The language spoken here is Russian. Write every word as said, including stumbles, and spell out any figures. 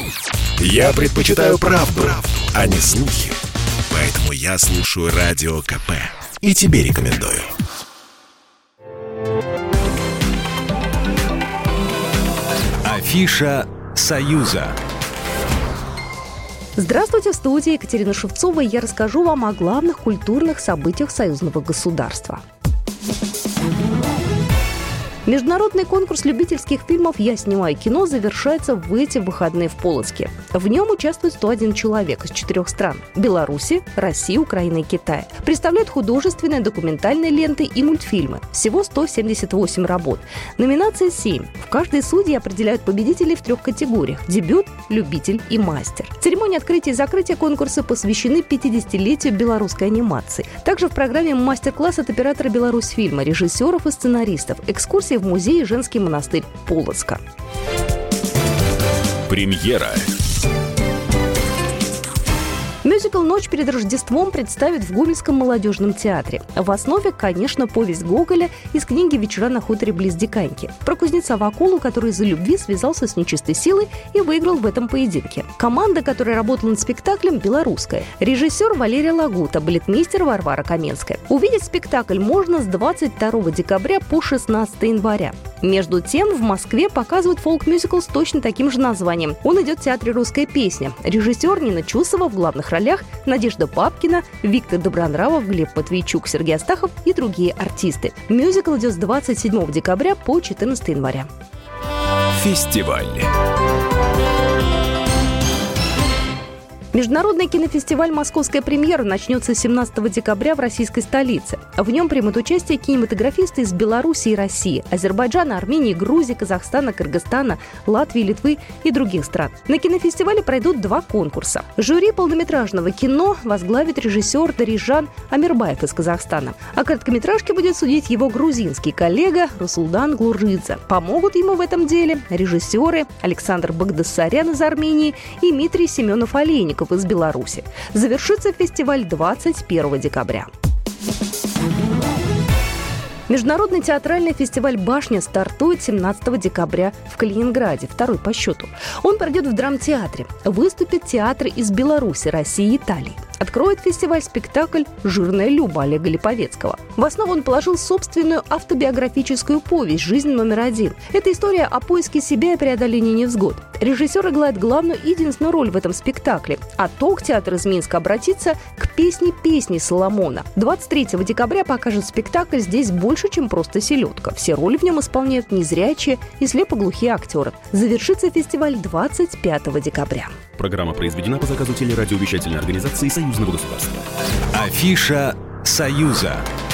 Я предпочитаю правду, правду, а не слухи. Поэтому я слушаю Радио КП. И тебе рекомендую. Афиша «Союза». Здравствуйте, в студии Екатерина Шевцова, и я расскажу вам о главных культурных событиях союзного государства. Международный конкурс любительских фильмов «Я снимаю кино» завершается в эти выходные в Полоцке. В нем участвует сто один человек из четырех стран – Беларуси, России, Украины и Китая. Представляют художественные, документальные ленты и мультфильмы. Всего сто семьдесят восемь работ. Номинаций семь. В каждой судьи определяют победителей в трех категориях – дебют, любитель и мастер. Церемонии открытия и закрытия конкурса посвящены пятидесятилетию белорусской анимации. Также в программе мастер-класс от оператора «Беларусьфильма», режиссеров и сценаристов, экскурсии в музее «Женский монастырь» Полоцка. Премьера. Мюзикл «Ночь перед Рождеством» представят в Гомельском молодежном театре. В основе, конечно, повесть Гоголя из книги «Вечера на хуторе близ Диканьки» про кузнеца Вакулу, который из-за любви связался с нечистой силой и выиграл в этом поединке. Команда, которая работала над спектаклем, белорусская. Режиссер Валерия Лагута, балетмейстер Варвара Каменская. Увидеть спектакль можно с двадцать второго декабря по шестнадцатого января. Между тем, в Москве показывают фолк-мюзикл с точно таким же названием. Он идет в Театре «Русская песня». Режиссер Нина Чусова, в главных ролях Надежда Бабкина, Виктор Добронравов, Глеб Матвейчук, Сергей Астахов и другие артисты. Мюзикл идет с двадцать седьмого декабря по четырнадцатого января. Фестиваль. Международный кинофестиваль «Московская премьера» начнется семнадцатого декабря в российской столице. В нем примут участие кинематографисты из Беларуси и России, Азербайджана, Армении, Грузии, Казахстана, Кыргызстана, Латвии, Литвы и других стран. На кинофестивале пройдут два конкурса. Жюри полнометражного кино возглавит режиссер Дарижан Амирбаев из Казахстана. А короткометражки будет судить его грузинский коллега Расулдан Глуридзе. Помогут ему в этом деле режиссеры Александр Багдасарян из Армении и Дмитрий Семенов-Олейников из Беларуси. Завершится фестиваль двадцать первого декабря. Международный театральный фестиваль «Башня» стартует семнадцатого декабря в Калининграде, второй по счету. Он пройдет в драмтеатре. Выступят театры из Беларуси, России и Италии. Откроет фестиваль спектакль «Жирная Люба» Олега Липовецкого. В основу он положил собственную автобиографическую повесть «Жизнь номер один». Это история о поиске себя и преодолении невзгод. Режиссер играет главную и единственную роль в этом спектакле. А ТОК театр из Минска обратится к песне песни Соломона. двадцать третьего декабря покажет спектакль «Здесь больше, чем просто селедка». Все роли в нем исполняют незрячие и слепоглухие актеры. Завершится фестиваль двадцать пятого декабря. Программа произведена по заказу телерадиовещательной организации Союзного государства. Афиша «Союза».